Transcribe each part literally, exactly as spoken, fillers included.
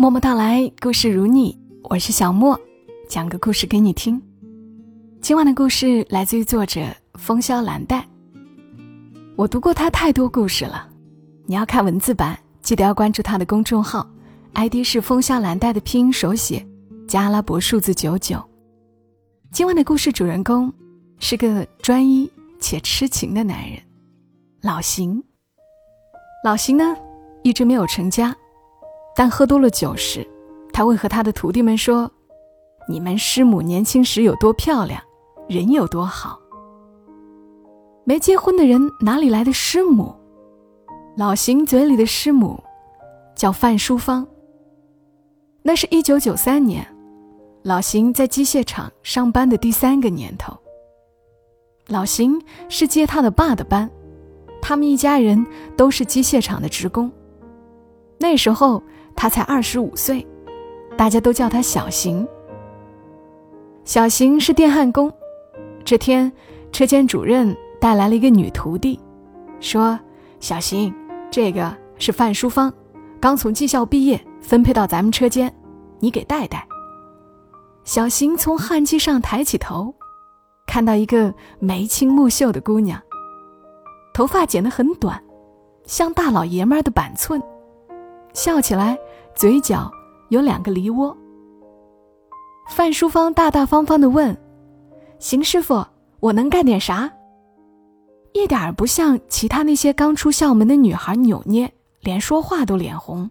默默到来，故事如你，我是小莫，讲个故事给你听。今晚的故事来自于作者风萧蓝带。我读过他太多故事了，你要看文字版，记得要关注他的公众号 I D 是风萧蓝带的拼音手写加阿拉伯数字九九。今晚的故事主人公是个专一且痴情的男人，老邢。老邢呢一直没有成家，但喝多了酒时，他会和他的徒弟们说，你们师母年轻时有多漂亮，人有多好。没结婚的人哪里来的师母？老邢嘴里的师母叫范淑芳。那是一九九三年，老邢在机械厂上班的第三个年头。老邢是接他的爸的班，他们一家人都是机械厂的职工。那时候他才二十五岁，大家都叫他小邢。小邢是电焊工，这天车间主任带来了一个女徒弟，说，小邢，这个是范淑芳，刚从技校毕业，分配到咱们车间，你给带带。小邢从焊机上抬起头，看到一个眉清目秀的姑娘，头发剪得很短，像大老爷们儿的板寸，笑起来嘴角有两个梨窝。范淑芳大大方方地问，邢师傅，我能干点啥？一点儿不像其他那些刚出校门的女孩扭捏，连说话都脸红。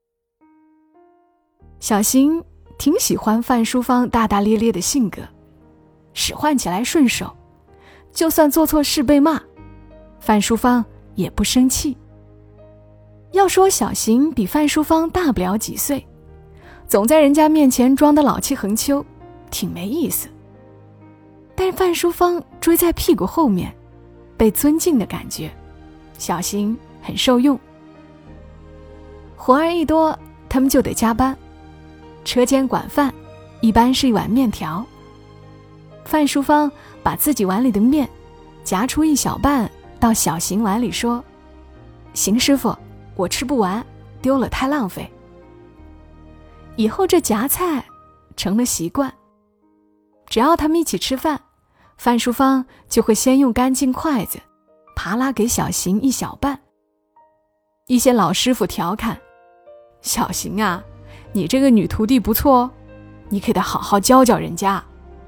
小邢挺喜欢范淑芳大大咧咧的性格，使唤起来顺手，就算做错事被骂，范淑芳也不生气。要说小邢比范淑芳大不了几岁，总在人家面前装得老气横秋，挺没意思。但是范淑芳追在屁股后面，被尊敬的感觉，小邢很受用。活儿一多，他们就得加班。车间管饭，一般是一碗面条。范淑芳把自己碗里的面夹出一小半到小邢碗里，说，邢师傅，我吃不完，丢了太浪费。以后这夹菜成了习惯，只要他们一起吃饭，范淑芳就会先用干净筷子扒拉给小邢一小半。一些老师傅调侃，小邢啊，你这个女徒弟不错哦，你给她好好教教人家。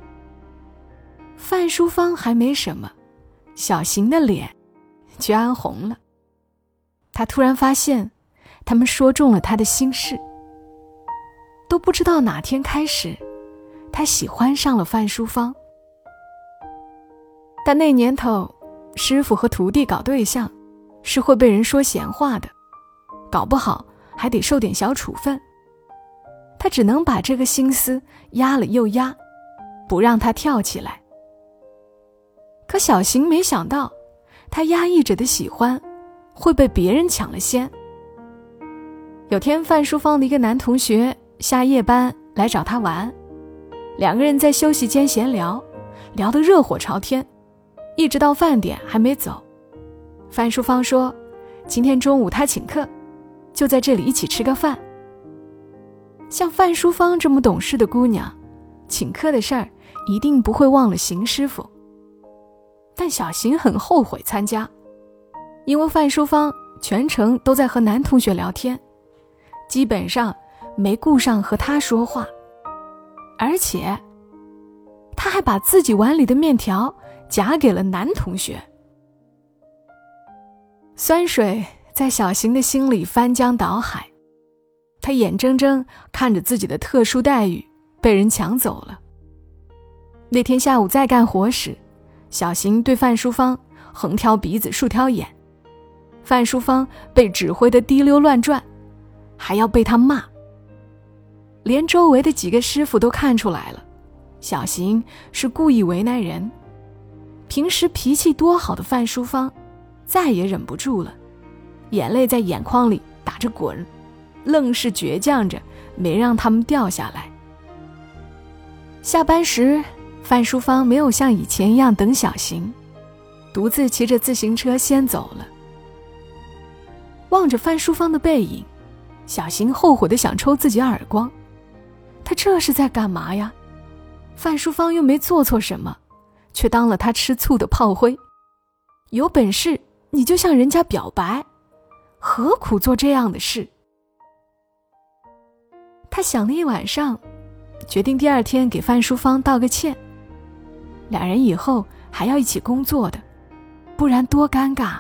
范淑芳还没什么，小邢的脸却暗红了。他突然发现他们说中了他的心事，都不知道哪天开始他喜欢上了范淑芳。但那年头，师傅和徒弟搞对象是会被人说闲话的，搞不好还得受点小处分。他只能把这个心思压了又压，不让他跳起来。可小邢没想到，他压抑着的喜欢会被别人抢了先。有天范淑芳的一个男同学下夜班来找他玩，两个人在休息间闲聊，聊得热火朝天，一直到饭点还没走。范淑芳说，今天中午他请客，就在这里一起吃个饭。像范淑芳这么懂事的姑娘，请客的事儿一定不会忘了邢师傅。但小邢很后悔参加，因为范淑芳全程都在和男同学聊天，基本上没顾上和他说话，而且他还把自己碗里的面条夹给了男同学。酸水在小邢的心里翻江倒海，他眼睁睁看着自己的特殊待遇被人抢走了。那天下午在干活时，小邢对范淑芳横挑鼻子竖挑眼，范淑芳被指挥得滴溜乱转，还要被他骂。连周围的几个师傅都看出来了，小邢是故意为难人。平时脾气多好的范淑芳再也忍不住了，眼泪在眼眶里打着滚，愣是倔强着没让他们掉下来。下班时，范淑芳没有像以前一样等小邢，独自骑着自行车先走了。望着范淑芳的背影， 小邢后悔地想抽自己耳光，他这是在干嘛呀？范淑芳又没做错什么，却当了他吃醋的炮灰。有本事你就向人家表白，何苦做这样的事？他想了一晚上，决定第二天给范淑芳道个歉。两人以后还要一起工作的，不然多尴尬。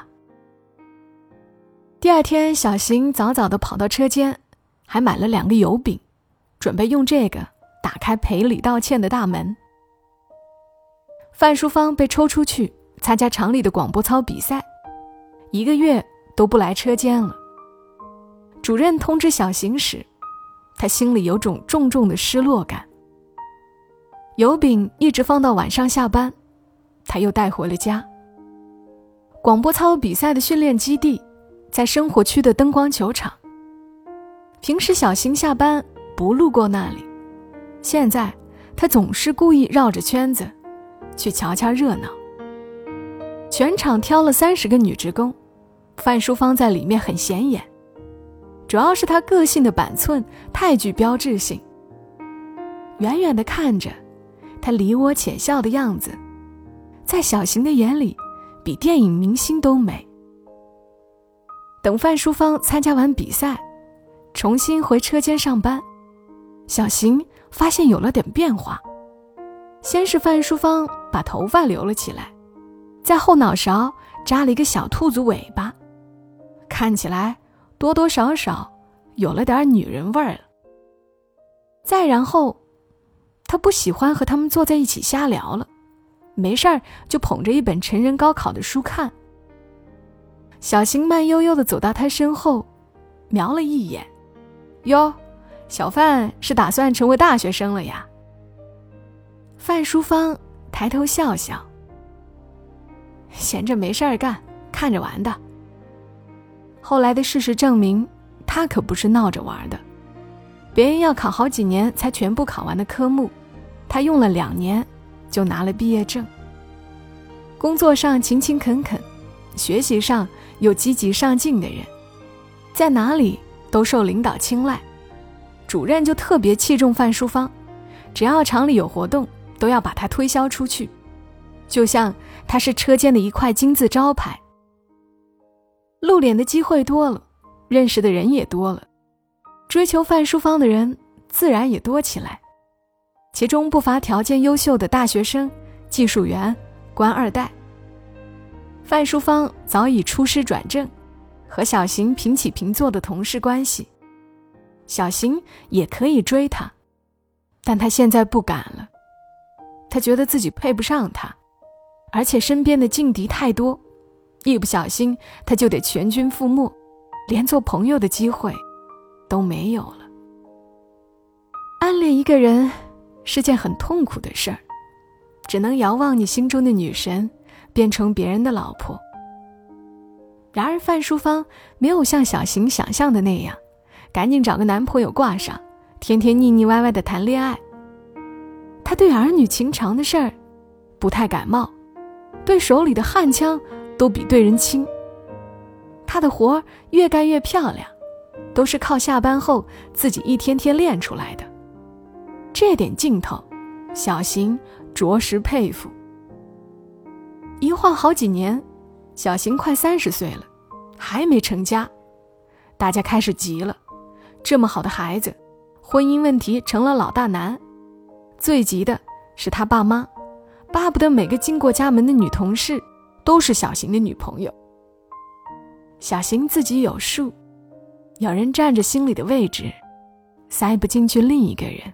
第二天，小邢早早地跑到车间，还买了两个油饼，准备用这个打开赔礼道歉的大门。范淑芳被抽出去参加厂里的广播操比赛，一个月都不来车间了。主任通知小邢时，他心里有种重重的失落感。油饼一直放到晚上下班，他又带回了家。广播操比赛的训练基地在生活区的灯光球场，平时小邢下班不路过那里，现在他总是故意绕着圈子去瞧瞧热闹。全场挑了三十个女职工，范淑芳在里面很显眼，主要是她个性的板寸太具标志性。远远地看着她离我浅笑的样子，在小邢的眼里比电影明星都美。等范淑芳参加完比赛，重新回车间上班，小邢发现有了点变化。先是范淑芳把头发留了起来，在后脑勺扎了一个小兔子尾巴，看起来多多少少有了点女人味儿了。再然后，她不喜欢和他们坐在一起瞎聊了，没事儿就捧着一本成人高考的书看。小邢慢悠悠地走到他身后，瞄了一眼，哟，小范是打算成为大学生了呀？范淑芳抬头笑笑，闲着没事儿干，看着玩的。后来的事实证明，他可不是闹着玩的。别人要考好几年才全部考完的科目，他用了两年就拿了毕业证。工作上勤勤恳恳，学习上又积极上进的人，在哪里都受领导青睐。主任就特别器重范淑芳，只要厂里有活动，都要把她推销出去，就像她是车间的一块金字招牌。露脸的机会多了，认识的人也多了，追求范淑芳的人自然也多起来，其中不乏条件优秀的大学生、技术员、官二代。范淑芳早已出师转正，和小邢平起平坐的同事关系，小邢也可以追她，但她现在不敢了。她觉得自己配不上他，而且身边的劲敌太多，一不小心她就得全军覆没，连做朋友的机会都没有了。暗恋一个人是件很痛苦的事儿，只能遥望你心中的女神变成别人的老婆。然而范淑芳没有像小邢想象的那样，赶紧找个男朋友挂上，天天腻腻歪歪的谈恋爱。她对儿女情长的事儿不太感冒，对手里的悍枪都比对人轻。她的活越干越漂亮，都是靠下班后自己一天天练出来的。这点劲头，小邢着实佩服。一晃好几年，小邢快三十岁了，还没成家。大家开始急了，这么好的孩子，婚姻问题成了老大难。最急的是他爸妈，巴不得每个经过家门的女同事都是小邢的女朋友。小邢自己有数，有人占着心里的位置，塞不进去另一个人。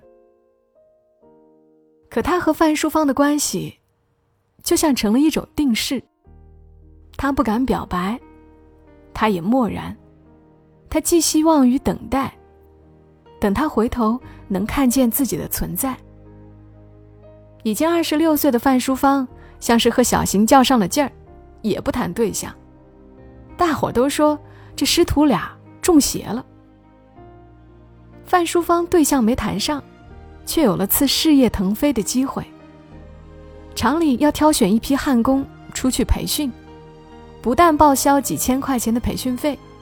可他和范淑芳的关系就像成了一种定式，他不敢表白，他也漠然，他寄希望于等待，等他回头能看见自己的存在。已经二十六岁的范淑芳像是和小邢较上了劲儿，也不谈对象。大伙都说这师徒俩中邪了。范淑芳对象没谈上，却有了次事业腾飞的机会。厂里要挑选一批焊工出去培训，不但报销几千块钱的培训费，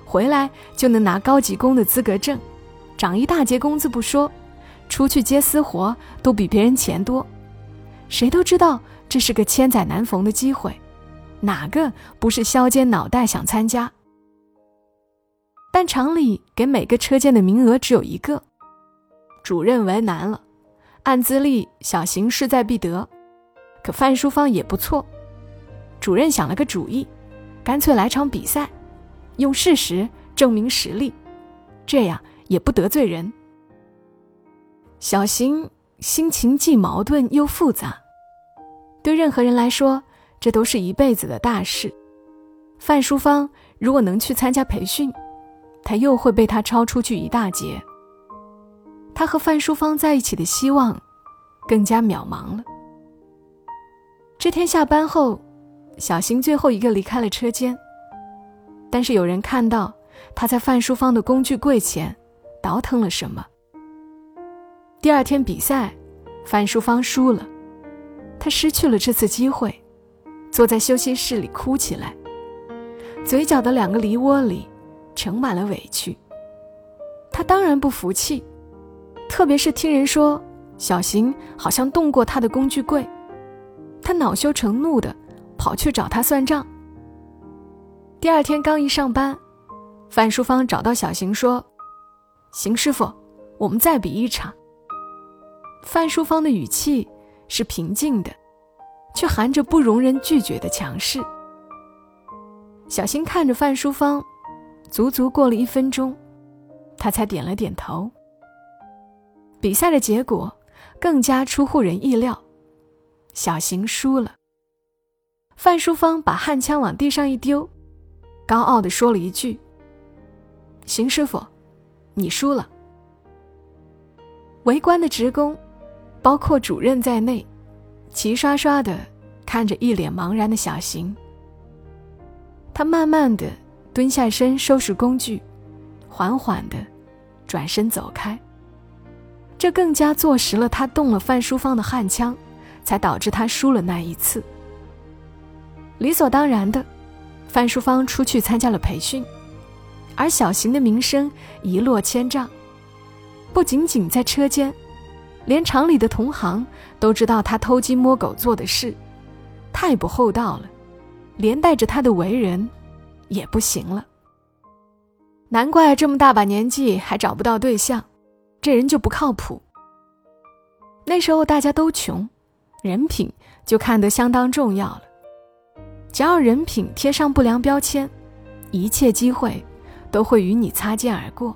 回来就能拿高级工的资格证，涨一大截工资不说，出去接私活都比别人钱多。谁都知道这是个千载难逢的机会，哪个不是削尖脑袋想参加？但厂里给每个车间的名额只有一个，主任为难了，按资历小邢势在必得，可范淑芳也不错。主任想了个主意，干脆来场比赛，用事实证明实力，这样也不得罪人。小邢心情既矛盾又复杂，对任何人来说，这都是一辈子的大事。范淑芳如果能去参加培训，他又会被他超出去一大截。他和范淑芳在一起的希望更加渺茫了。这天下班后，小邢最后一个离开了车间，但是有人看到他在范淑芳的工具柜前倒腾了什么。第二天比赛，范淑芳输了，他失去了这次机会，坐在休息室里哭起来，嘴角的两个梨窝里盛满了委屈。他当然不服气，特别是听人说小邢好像动过他的工具柜，他恼羞成怒的跑去找他算账。第二天刚一上班，范淑芳找到小邢说：邢师傅，我们再比一场。范淑芳的语气是平静的，却含着不容人拒绝的强势。小邢看着范淑芳，足足过了一分钟，他才点了点头。比赛的结果更加出乎人意料，小邢输了。范淑芳把焊枪往地上一丢，高傲地说了一句：邢师傅，你输了。围观的职工，包括主任在内，齐刷刷地看着一脸茫然的小邢。他慢慢地蹲下身收拾工具，缓缓地转身走开。这更加坐实了他动了范淑芳的焊枪，才导致他输了那一次。理所当然的，范淑芳出去参加了培训，而小邢的名声一落千丈。不仅仅在车间，连厂里的同行都知道他偷鸡摸狗做的事，太不厚道了，连带着他的为人也不行了。难怪这么大把年纪还找不到对象，这人就不靠谱。那时候大家都穷，人品就看得相当重要了。只要人品贴上不良标签，一切机会都会与你擦肩而过。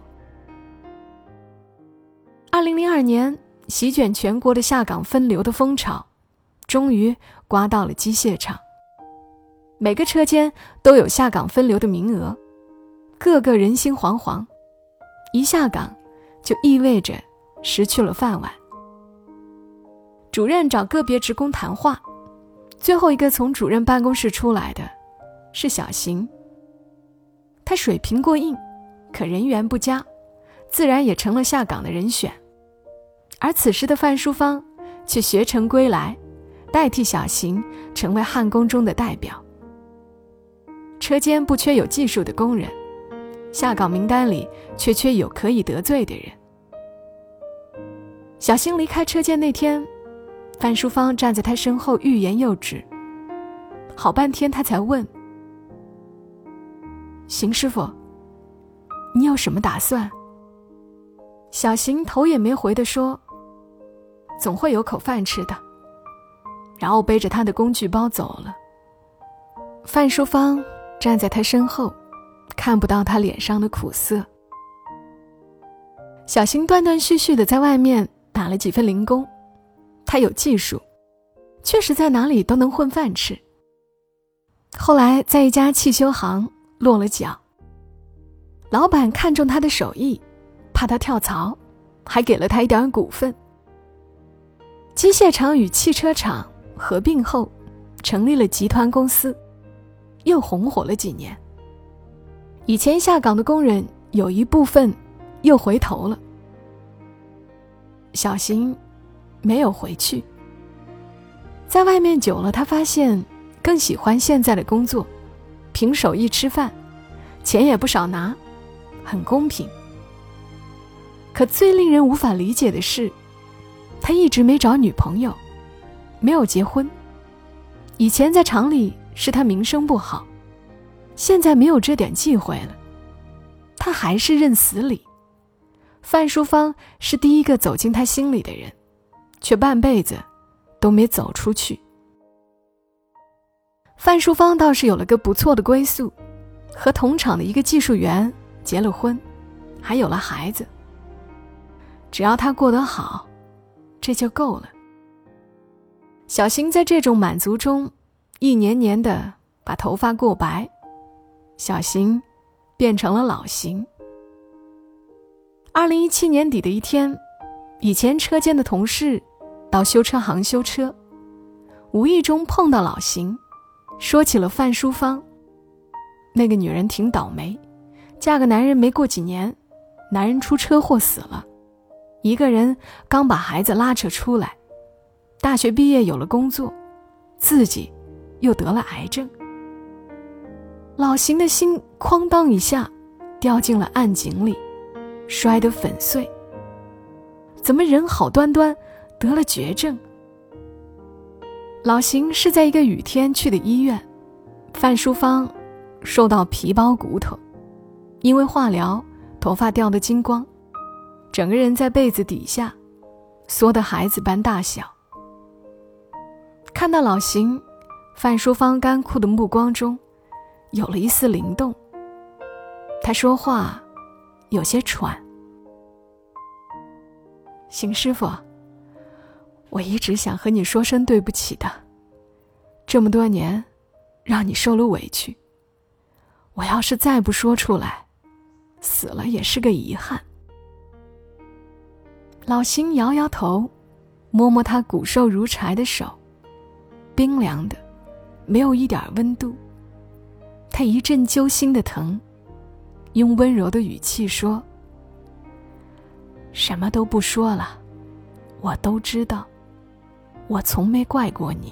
二零零二年，席卷全国的下岗分流的风潮终于刮到了机械厂。每个车间都有下岗分流的名额，个个人心惶惶，一下岗就意味着失去了饭碗。主任找个别职工谈话，最后一个从主任办公室出来的是小邢。他水平过硬，可人缘不佳，自然也成了下岗的人选。而此时的范淑芳却学成归来，代替小邢成为焊工中的代表。车间不缺有技术的工人，下岗名单里却缺有可以得罪的人。小邢离开车间那天，范淑芳站在他身后欲言又止，好半天他才问：邢师傅，你有什么打算？小邢头也没回地说：总会有口饭吃的。然后背着他的工具包走了。范淑芳站在他身后，看不到他脸上的苦涩。小邢断断续续地在外面打了几份零工，他有技术，确实在哪里都能混饭吃。后来在一家汽修行落了脚，老板看中他的手艺，怕他跳槽，还给了他一点股份。机械厂与汽车厂合并后，成立了集团公司，又红火了几年。以前下岗的工人有一部分又回头了。小邢没有回去，在外面久了，他发现更喜欢现在的工作，凭手艺吃饭， 钱也不少拿，很公平。可最令人无法理解的是，他一直没找女朋友，没有结婚。以前在厂里是他名声不好，现在没有这点忌讳了，他还是认死理。范淑芳是第一个走进他心里的人，却半辈子都没走出去。范淑芳倒是有了个不错的归宿，和同厂的一个技术员结了婚，还有了孩子。只要他过得好，这就够了。小邢在这种满足中一年年的把头发过白，小邢变成了老邢。二零一七年底的一天，以前车间的同事到修车行修车，无意中碰到老邢，说起了范淑芳。那个女人挺倒霉，嫁个男人没过几年，男人出车祸死了，一个人刚把孩子拉扯出来，大学毕业有了工作，自己又得了癌症。老邢的心哐当一下掉进了暗井里，摔得粉碎。怎么人好端端得了绝症？老邢是在一个雨天去的医院，范淑芳瘦到皮包骨头，因为化疗头发掉得精光，整个人在被子底下缩得孩子般大小。看到老邢，范淑芳干枯的目光中有了一丝灵动，他说话有些喘。邢师傅，我一直想和你说声对不起的，这么多年让你受了委屈，我要是再不说出来，死了也是个遗憾。老邢摇摇头，摸摸他骨瘦如柴的手，冰凉的，没有一点温度。他一阵揪心的疼，用温柔的语气说：什么都不说了，我都知道，我从没怪过你。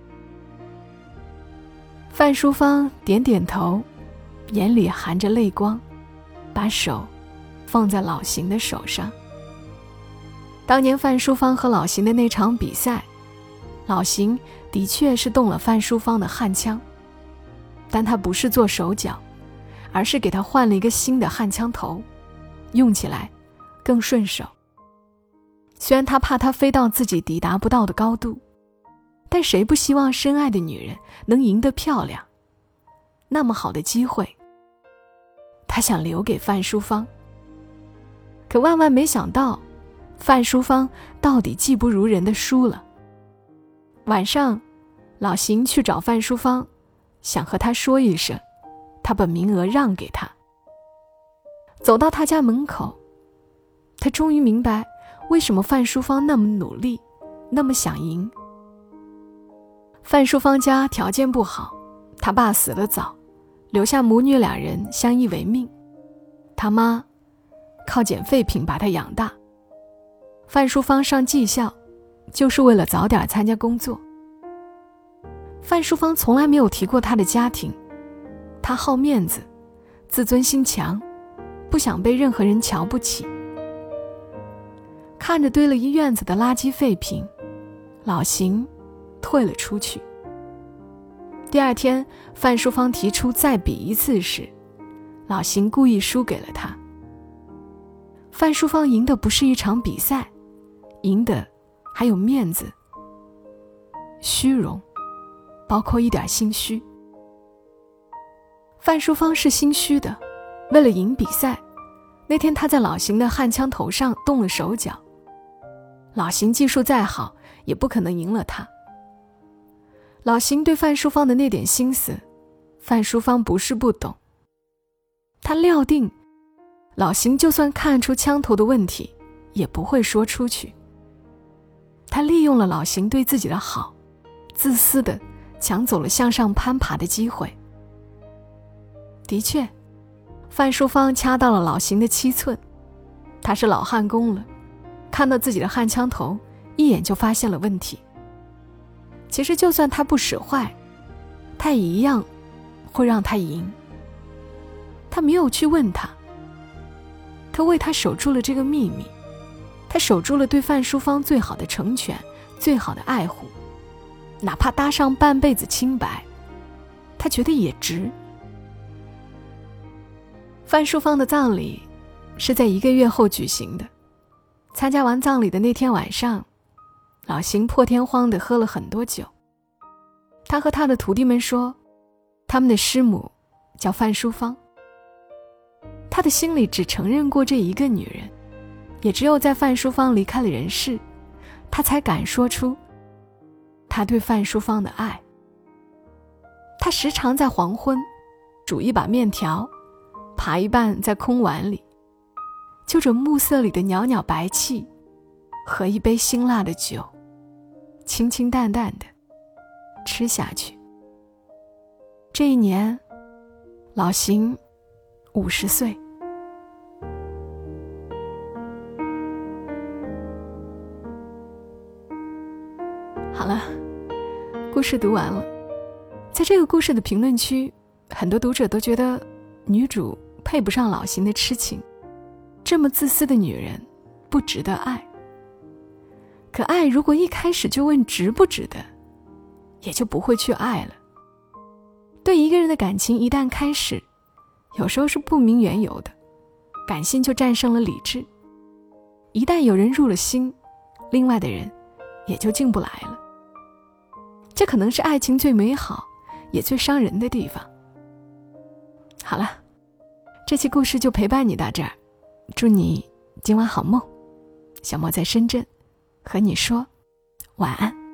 范淑芳点点头，眼里含着泪光，把手放在老邢的手上。当年范淑芳和老邢的那场比赛，老邢的确是动了范淑芳的焊枪，但他不是做手脚，而是给他换了一个新的焊枪头，用起来更顺手。虽然他怕他飞到自己抵达不到的高度，但谁不希望深爱的女人能赢得漂亮？那么好的机会，他想留给范淑芳。可万万没想到，范淑芳到底技不如人的输了。晚上，老邢去找范淑芳，想和她说一声，他把名额让给她。走到他家门口，他终于明白为什么范淑芳那么努力，那么想赢。范淑芳家条件不好，他爸死得早，留下母女两人相依为命，他妈靠捡废品把他养大。范淑芳上技校就是为了早点参加工作。范淑芳从来没有提过她的家庭，她好面子，自尊心强，不想被任何人瞧不起。看着堆了一院子的垃圾废品，老邢退了出去。第二天，范淑芳提出再比一次时，老邢故意输给了他。范淑芳赢的不是一场比赛，赢的还有面子、虚荣，包括一点心虚。范淑芳是心虚的，为了赢比赛，那天她在老邢的焊枪头上动了手脚。老邢技术再好，也不可能赢了他。老邢对范淑芳的那点心思，范淑芳不是不懂。他料定，老邢就算看出枪头的问题，也不会说出去。他利用了老邢对自己的好，自私地抢走了向上攀爬的机会。的确，范淑芳掐到了老邢的七寸，他是老焊工了，看到自己的焊枪头，一眼就发现了问题。其实就算他不使坏，他也一样会让他赢。 他没有去问他，他为他守住了这个秘密，他守住了对范淑芳最好的成全，最好的爱护，哪怕搭上半辈子清白，他觉得也值。范淑芳的葬礼是在一个月后举行的，参加完葬礼的那天晚上，老邢破天荒地喝了很多酒。他和他的徒弟们说，他们的师母叫范淑芳。他的心里只承认过这一个女人，也只有在范淑芳离开了人世，他才敢说出他对范淑芳的爱。他时常在黄昏煮一把面条，扒一半在空碗里，就着暮色里的袅袅白气和一杯辛辣的酒，清清淡淡的吃下去。这一年，老邢五十岁。好了，故事读完了。在这个故事的评论区，很多读者都觉得女主配不上老邢的痴情，这么自私的女人不值得爱。可爱如果一开始就问值不值得，也就不会去爱了。对一个人的感情一旦开始，有时候是不明缘由的，感性就战胜了理智。一旦有人入了心，另外的人也就进不来了。这可能是爱情最美好也最伤人的地方。好了，这期故事就陪伴你到这儿，祝你今晚好梦。小莫在深圳和你说晚安。